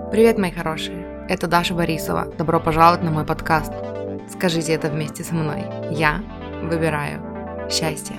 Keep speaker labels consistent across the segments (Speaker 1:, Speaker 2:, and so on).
Speaker 1: Привет, мои хорошие! Это Даша Борисова. Добро пожаловать на мой подкаст. Скажите это вместе со мной. Я выбираю счастье.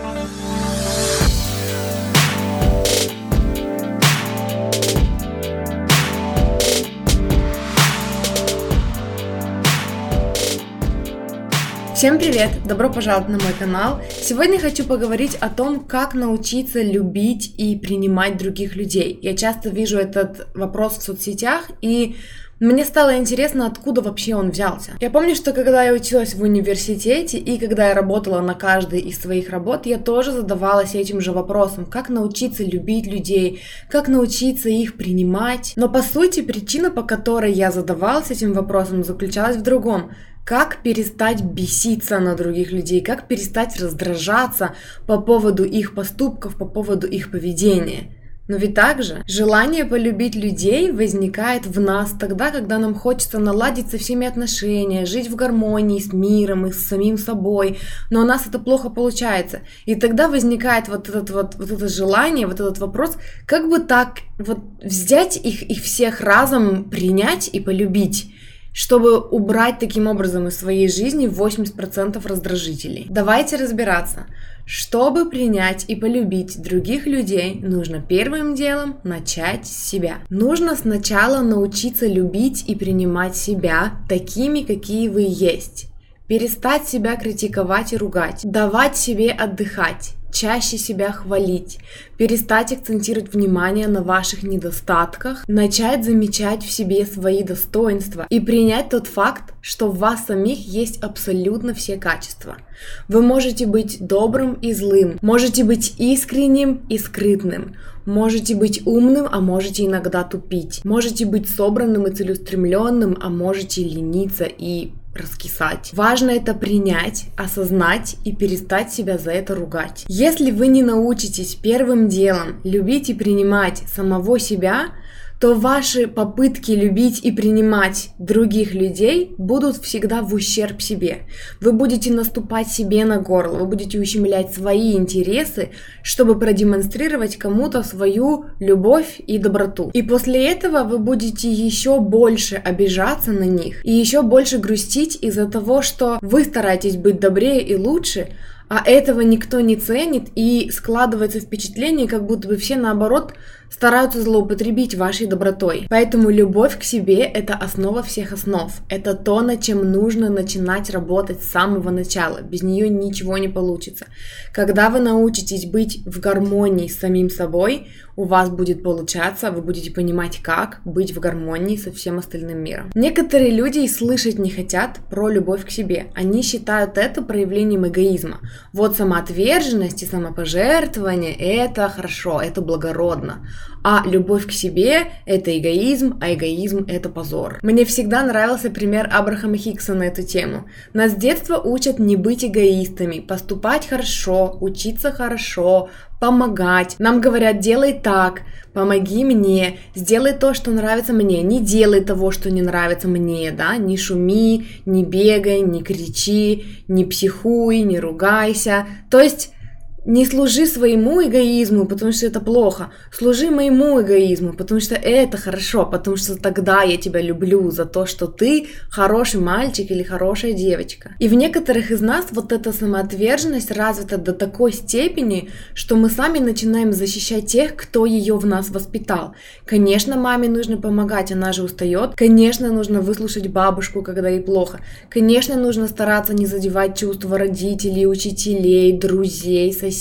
Speaker 1: Всем привет! Добро пожаловать на мой канал. Сегодня хочу поговорить о том, как научиться любить и принимать других людей. Я часто вижу этот вопрос в соцсетях, и мне стало интересно, откуда вообще он взялся. Я помню, что когда я училась в университете и когда я работала на каждой из своих работ, я тоже задавалась этим же вопросом, как научиться любить людей, как научиться их принимать. Но по сути причина, по которой я задавалась этим вопросом, заключалась в другом. Как перестать беситься на других людей, как перестать раздражаться по поводу их поступков, по поводу их поведения. Но ведь также желание полюбить людей возникает в нас тогда, когда нам хочется наладить со всеми отношения, жить в гармонии с миром и с самим собой, но у нас это плохо получается. И тогда возникает вот это желание, вот этот вопрос, как бы так вот взять их всех разом, принять и полюбить, чтобы убрать таким образом из своей жизни 80% раздражителей. Давайте разбираться. Чтобы принять и полюбить других людей, нужно первым делом начать с себя. Нужно сначала научиться любить и принимать себя такими, какие вы есть. Перестать себя критиковать и ругать. Давать себе отдыхать. Чаще себя хвалить, перестать акцентировать внимание на ваших недостатках, начать замечать в себе свои достоинства и принять тот факт, что в вас самих есть абсолютно все качества. Вы можете быть добрым и злым, можете быть искренним и скрытным, можете быть умным, а можете иногда тупить, можете быть собранным и целеустремленным, а можете лениться и раскисать. Важно это принять, осознать и перестать себя за это ругать. Если вы не научитесь первым делом любить и принимать самого себя, то ваши попытки любить и принимать других людей будут всегда в ущерб себе. Вы будете наступать себе на горло, вы будете ущемлять свои интересы, чтобы продемонстрировать кому-то свою любовь и доброту. И после этого вы будете еще больше обижаться на них и еще больше грустить из-за того, что вы стараетесь быть добрее и лучше, а этого никто не ценит, и складывается впечатление, как будто бы все наоборот стараются злоупотребить вашей добротой. Поэтому любовь к себе – это основа всех основ. Это то, над чем нужно начинать работать с самого начала. Без нее ничего не получится. Когда вы научитесь быть в гармонии с самим собой, у вас будет получаться, вы будете понимать, как быть в гармонии со всем остальным миром. Некоторые люди и слышать не хотят про любовь к себе. Они считают это проявлением эгоизма. Вот самоотверженность и самопожертвование – это хорошо, это благородно. А любовь к себе – это эгоизм, а эгоизм – это позор. Мне всегда нравился пример Абрахама Хикса на эту тему. Нас с детства учат не быть эгоистами, поступать хорошо, учиться хорошо, помогать. Нам говорят: делай так, помоги мне, сделай то, что нравится мне, не делай того, что не нравится мне, да, не шуми, не бегай, не кричи, не психуй, не ругайся. То есть не служи своему эгоизму, потому что это плохо. Служи моему эгоизму, потому что это хорошо, потому что тогда я тебя люблю за то, что ты хороший мальчик или хорошая девочка. И в некоторых из нас вот эта самоотверженность развита до такой степени, что мы сами начинаем защищать тех, кто ее в нас воспитал. Конечно, маме нужно помогать, она же устает. Конечно, нужно выслушать бабушку, когда ей плохо. Конечно, нужно стараться не задевать чувства родителей, учителей, друзей, соседей,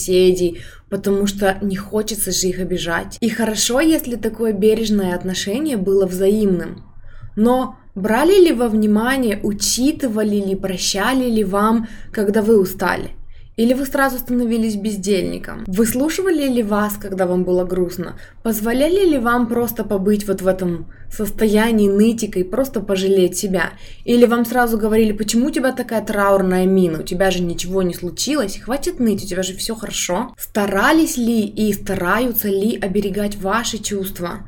Speaker 1: потому что не хочется же их обижать. И хорошо, если такое бережное отношение было взаимным. Но брали ли во внимание, учитывали ли, прощали ли вам, когда вы устали? Или вы сразу становились бездельником? Выслушивали ли вас, когда вам было грустно? Позволяли ли вам просто побыть вот в этом состоянии нытика и просто пожалеть себя? Или вам сразу говорили: почему у тебя такая траурная мина? У тебя же ничего не случилось, хватит ныть, у тебя же все хорошо. Старались ли и стараются ли оберегать ваши чувства?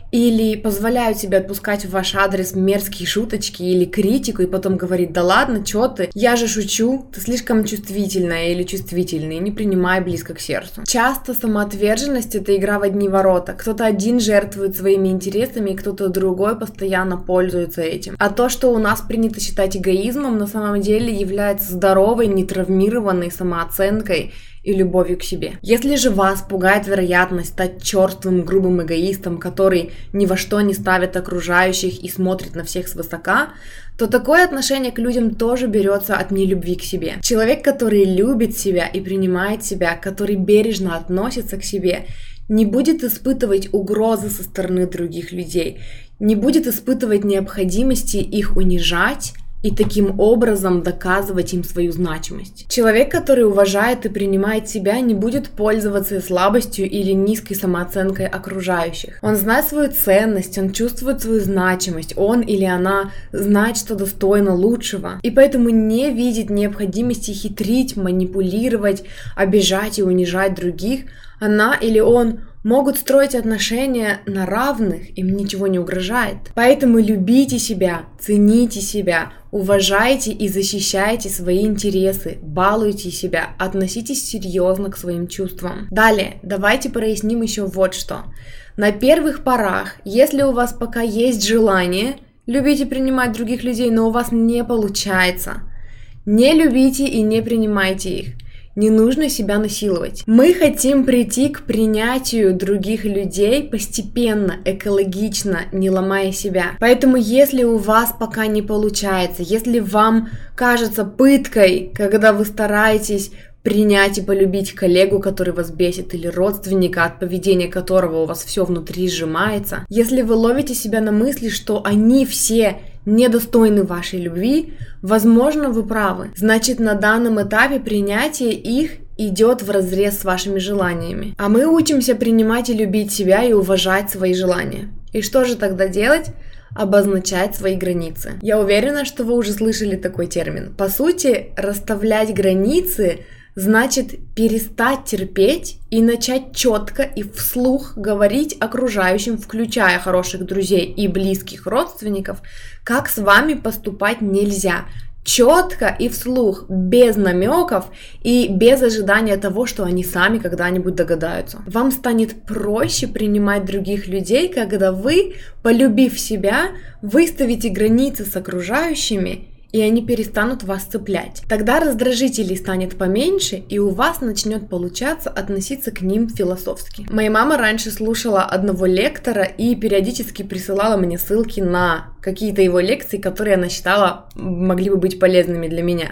Speaker 1: или позволяют себе отпускать в ваш адрес мерзкие шуточки или критику, и потом говорит: да ладно, чё ты, я же шучу, ты слишком чувствительная или чувствительный, не принимай близко к сердцу. Часто самоотверженность — это игра в одни ворота. Кто-то один жертвует своими интересами, и кто-то другой постоянно пользуется этим. А то, что у нас принято считать эгоизмом, на самом деле является здоровой, нетравмированной самооценкой и любовью к себе. Если же вас пугает вероятность стать черствым, грубым эгоистом, который ни во что не ставит окружающих и смотрит на всех свысока, то такое отношение к людям тоже берется от нелюбви к себе. Человек, который любит себя и принимает себя, который бережно относится к себе, не будет испытывать угрозы со стороны других людей, не будет испытывать необходимости их унижать и таким образом доказывать им свою значимость. Человек, который уважает и принимает себя, не будет пользоваться слабостью или низкой самооценкой окружающих. Он знает свою ценность, он чувствует свою значимость, он или она знает, что достойно лучшего, и поэтому не видит необходимости хитрить, манипулировать, обижать и унижать других. Она или он могут строить отношения на равных, им ничего не угрожает. Поэтому любите себя, цените себя, уважайте и защищайте свои интересы, балуйте себя, относитесь серьезно к своим чувствам. Далее, давайте проясним еще вот что. На первых порах, если у вас пока есть желание любить и принимать других людей, но у вас не получается, не любите и не принимайте их. Не нужно себя насиловать. Мы хотим прийти к принятию других людей постепенно, экологично, не ломая себя. Поэтому, если у вас пока не получается, если вам кажется пыткой, когда вы стараетесь принять и полюбить коллегу, который вас бесит, или родственника, от поведения которого у вас все внутри сжимается, если вы ловите себя на мысли, что они все недостойны вашей любви, возможно, вы правы. Значит, на данном этапе принятие их идет вразрез с вашими желаниями. А мы учимся принимать и любить себя и уважать свои желания. И что же тогда делать? Обозначать свои границы. Я уверена, что вы уже слышали такой термин. По сути, расставлять границы значит перестать терпеть и начать четко и вслух говорить окружающим, включая хороших друзей и близких родственников, как с вами поступать нельзя. Четко и вслух, без намеков и без ожидания того, что они сами когда-нибудь догадаются. Вам станет проще принимать других людей, когда вы, полюбив себя, выставите границы с окружающими, и они перестанут вас цеплять. Тогда раздражителей станет поменьше, и у вас начнет получаться относиться к ним философски. Моя мама раньше слушала одного лектора и периодически присылала мне ссылки на какие-то его лекции, которые она считала могли бы быть полезными для меня.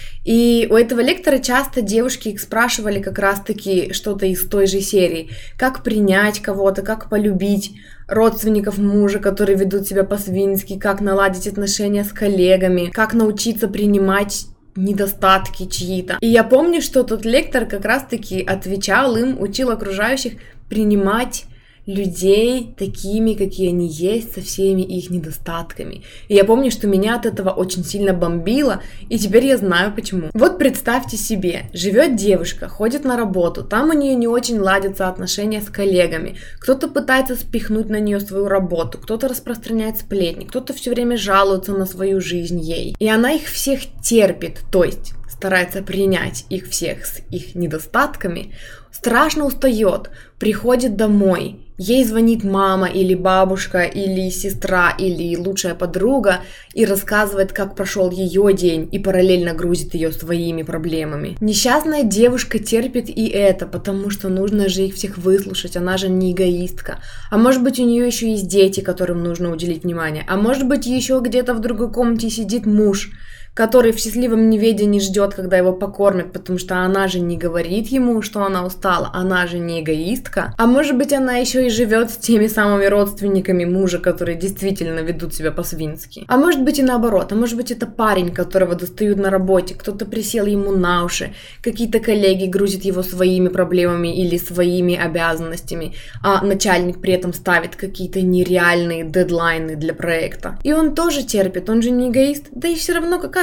Speaker 1: И у этого лектора часто девушки их спрашивали как раз-таки что-то из той же серии. Как принять кого-то, как полюбить родственников мужа, которые ведут себя по-свински, как наладить отношения с коллегами, как научиться принимать недостатки чьи-то. И я помню, что тот лектор как раз-таки отвечал им, учил окружающих принимать людей такими, какие они есть, со всеми их недостатками. И я помню, что меня от этого очень сильно бомбило, и теперь я знаю почему. Вот представьте себе, живет девушка, ходит на работу, там у нее не очень ладятся отношения с коллегами, кто-то пытается спихнуть на нее свою работу, кто-то распространяет сплетни, кто-то все время жалуется на свою жизнь ей. И она их всех терпит, то есть старается принять их всех с их недостатками, страшно устает, приходит домой, ей звонит мама или бабушка, или сестра, или лучшая подруга и рассказывает, как прошел ее день, и параллельно грузит ее своими проблемами. Несчастная девушка терпит и это, потому что нужно же их всех выслушать, она же не эгоистка. А может быть, у нее еще есть дети, которым нужно уделить внимание, а может быть, еще где-то в другой комнате сидит муж, который в счастливом неведении ждет, когда его покормят, потому что она же не говорит ему, что она устала, она же не эгоистка. А может быть, она еще и живет с теми самыми родственниками мужа, которые действительно ведут себя по-свински. А может быть и наоборот, а может быть это парень, которого достают на работе, кто-то присел ему на уши, какие-то коллеги грузят его своими проблемами или своими обязанностями, а начальник при этом ставит какие-то нереальные дедлайны для проекта. И он тоже терпит, он же не эгоист, да и все равно какая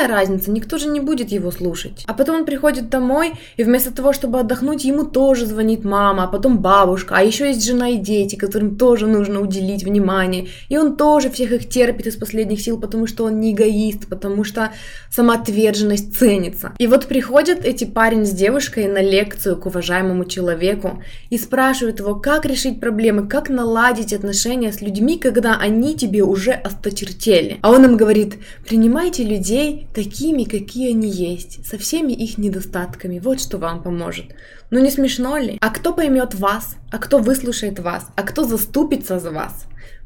Speaker 1: какая разница, никто же не будет его слушать. А потом он приходит домой, и вместо того, чтобы отдохнуть, ему тоже звонит мама, а потом бабушка, а еще есть жена и дети, которым тоже нужно уделить внимание, и он тоже всех их терпит из последних сил, потому что он не эгоист, потому что самоотверженность ценится. И вот приходят эти парень с девушкой на лекцию к уважаемому человеку и спрашивают его, как решить проблемы, как наладить отношения с людьми, когда они тебе уже осточертели. А он им говорит: принимайте людей такими, какие они есть, со всеми их недостатками, вот что вам поможет. Ну не смешно ли? А кто поймет вас? А кто выслушает вас? А кто заступится за вас?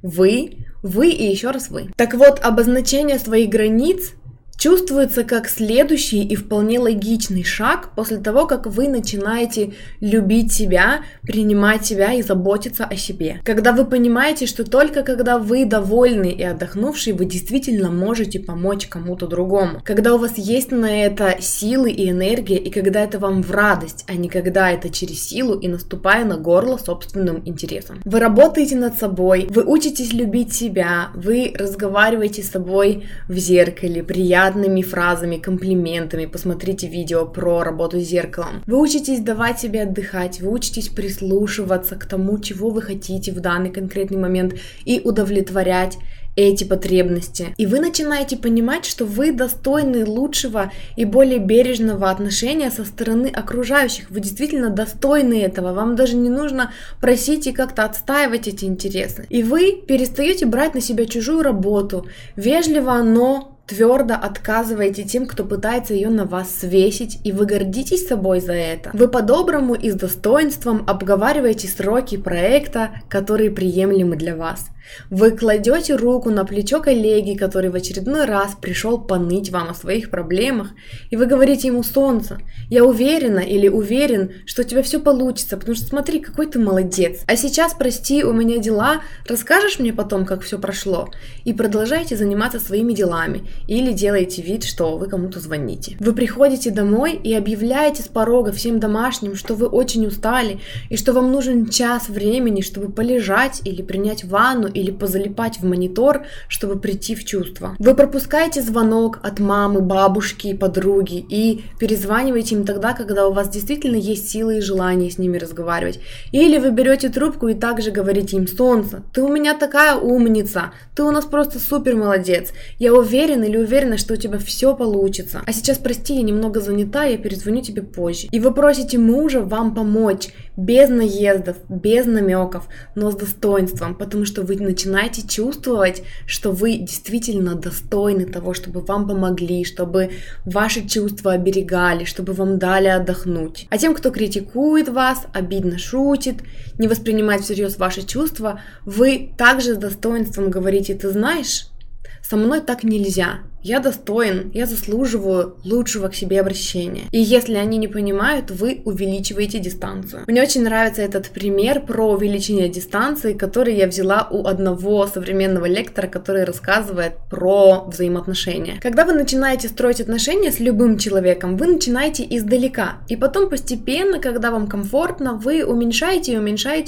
Speaker 1: Вы и еще раз вы. Так вот, обозначение своих границ чувствуется как следующий и вполне логичный шаг после того, как вы начинаете любить себя, принимать себя и заботиться о себе. Когда вы понимаете, что только когда вы довольны и отдохнувший, вы действительно можете помочь кому-то другому. Когда у вас есть на это силы и энергия, и когда это вам в радость, а не когда это через силу и наступая на горло собственным интересам. Вы работаете над собой, вы учитесь любить себя, вы разговариваете с собой в зеркале, приятными фразами, комплиментами. Посмотрите видео про работу с зеркалом. Вы учитесь давать себе отдыхать, вы учитесь прислушиваться к тому, чего вы хотите в данный конкретный момент и удовлетворять эти потребности. И вы начинаете понимать, что вы достойны лучшего и более бережного отношения со стороны окружающих. Вы действительно достойны этого. Вам даже не нужно просить и как-то отстаивать эти интересы. И вы перестаете брать на себя чужую работу. Вежливо, но твердо отказываете тем, кто пытается ее на вас свесить, и вы гордитесь собой за это. Вы по-доброму и с достоинством обговариваете сроки проекта, которые приемлемы для вас. Вы кладете руку на плечо коллеги, который в очередной раз пришел поныть вам о своих проблемах, и вы говорите ему: солнце, я уверена или уверен, что у тебя все получится, потому что смотри, какой ты молодец. А сейчас, прости, у меня дела, расскажешь мне потом, как все прошло? И продолжайте заниматься своими делами, или делаете вид, что вы кому-то звоните. Вы приходите домой и объявляете с порога всем домашним, что вы очень устали, и что вам нужен час времени, чтобы полежать или принять ванну, или позалипать в монитор, чтобы прийти в чувство. Вы пропускаете звонок от мамы, бабушки, подруги и перезваниваете им тогда, когда у вас действительно есть силы и желание с ними разговаривать. Или вы берете трубку и также говорите им: солнце, ты у меня такая умница, ты у нас просто супер молодец, я уверен или уверена, что у тебя все получится. А сейчас, прости, я немного занята, я перезвоню тебе позже. И вы просите мужа вам помочь, без наездов, без намеков, но с достоинством, потому что вы начинаете чувствовать, что вы действительно достойны того, чтобы вам помогли, чтобы ваши чувства оберегали, чтобы вам дали отдохнуть. А тем, кто критикует вас, обидно шутит, не воспринимает всерьез ваши чувства, вы также с достоинством говорите: ты знаешь, со мной так нельзя. Я достоин, я заслуживаю лучшего к себе обращения. И если они не понимают, вы увеличиваете дистанцию. Мне очень нравится этот пример про увеличение дистанции, который я взяла у одного современного лектора, который рассказывает про взаимоотношения. Когда вы начинаете строить отношения с любым человеком, вы начинаете издалека. И потом постепенно, когда вам комфортно, вы уменьшаете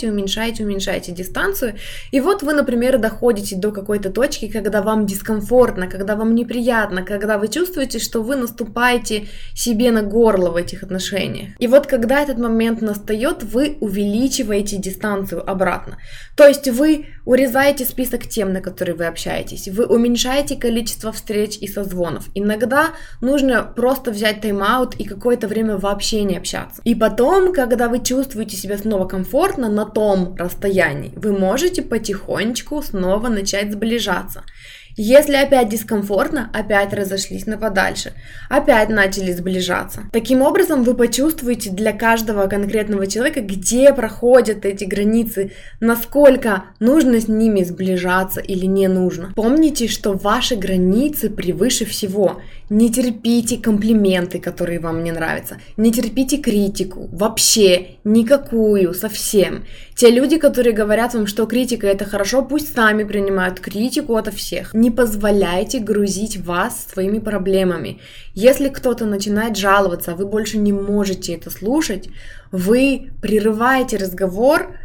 Speaker 1: дистанцию. И вот вы, например, доходите до какой-то точки, когда вам дискомфортно, когда вам неприятно, когда вы чувствуете, что вы наступаете себе на горло в этих отношениях. И вот когда этот момент настает, вы увеличиваете дистанцию обратно. То есть вы урезаете список тем, на которые вы общаетесь, вы уменьшаете количество встреч и созвонов. Иногда нужно просто взять тайм-аут и какое-то время вообще не общаться. И потом, когда вы чувствуете себя снова комфортно на том расстоянии, вы можете потихонечку снова начать сближаться. Если опять дискомфортно, опять разошлись на подальше, опять начали сближаться. Таким образом, вы почувствуете для каждого конкретного человека, где проходят эти границы, насколько нужно с ними сближаться или не нужно. Помните, что ваши границы превыше всего. Не терпите комплименты, которые вам не нравятся. Не терпите критику. Вообще никакую, совсем. Те люди, которые говорят вам, что критика это хорошо, пусть сами принимают критику ото всех. Не позволяйте грузить вас своими проблемами. Если кто-то начинает жаловаться, а вы больше не можете это слушать, вы прерываете разговор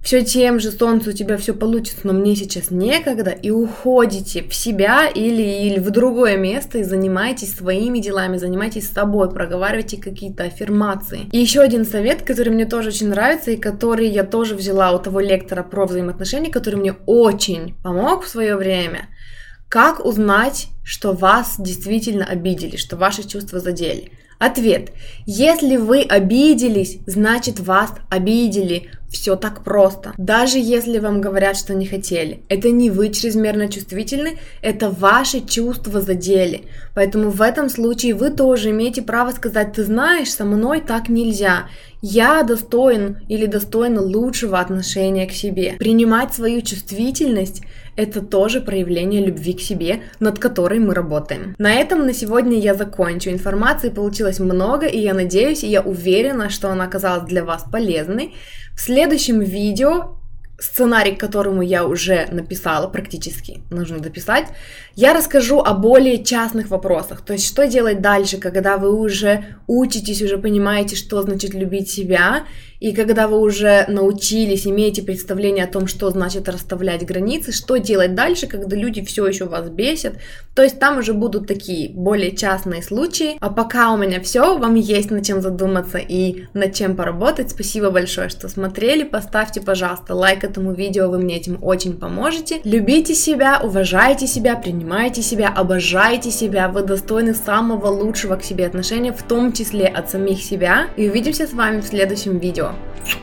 Speaker 1: все тем же: солнце, у тебя все получится, но мне сейчас некогда, и уходите в себя или в другое место и занимаетесь своими делами, занимайтесь собой, проговаривайте какие-то аффирмации. И еще один совет, который мне тоже очень нравится и который я тоже взяла у того лектора про взаимоотношения, который мне очень помог в свое время. Как узнать, что вас действительно обидели, что ваши чувства задели? Ответ: если вы обиделись, значит вас обидели. Все так просто. Даже если вам говорят, что не хотели, это не вы чрезмерно чувствительны, это ваши чувства задели. Поэтому в этом случае вы тоже имеете право сказать: ты знаешь, со мной так нельзя. Я достоин или достойна лучшего отношения к себе. Принимать свою чувствительность – это тоже проявление любви к себе, над которой мы работаем. На этом на сегодня я закончу. Информации получилось много, и я надеюсь, и я уверена, что она оказалась для вас полезной. В следующем видео, сценарий к которому я уже написала, практически нужно дописать, я расскажу о более частных вопросах. То есть, что делать дальше, когда вы уже учитесь, уже понимаете, что значит любить себя, и когда вы уже научились, имеете представление о том, что значит расставлять границы, что делать дальше, когда люди все еще вас бесят. То есть, там уже будут такие более частные случаи. А пока у меня все, вам есть над чем задуматься и над чем поработать. Спасибо большое, что смотрели. Поставьте, пожалуйста, лайк этому видео, вы мне этим очень поможете. Любите себя, уважайте себя, принимайте себя, обожайте себя. Вы достойны самого лучшего к себе отношения, в том числе от самих себя. И увидимся с вами в следующем видео.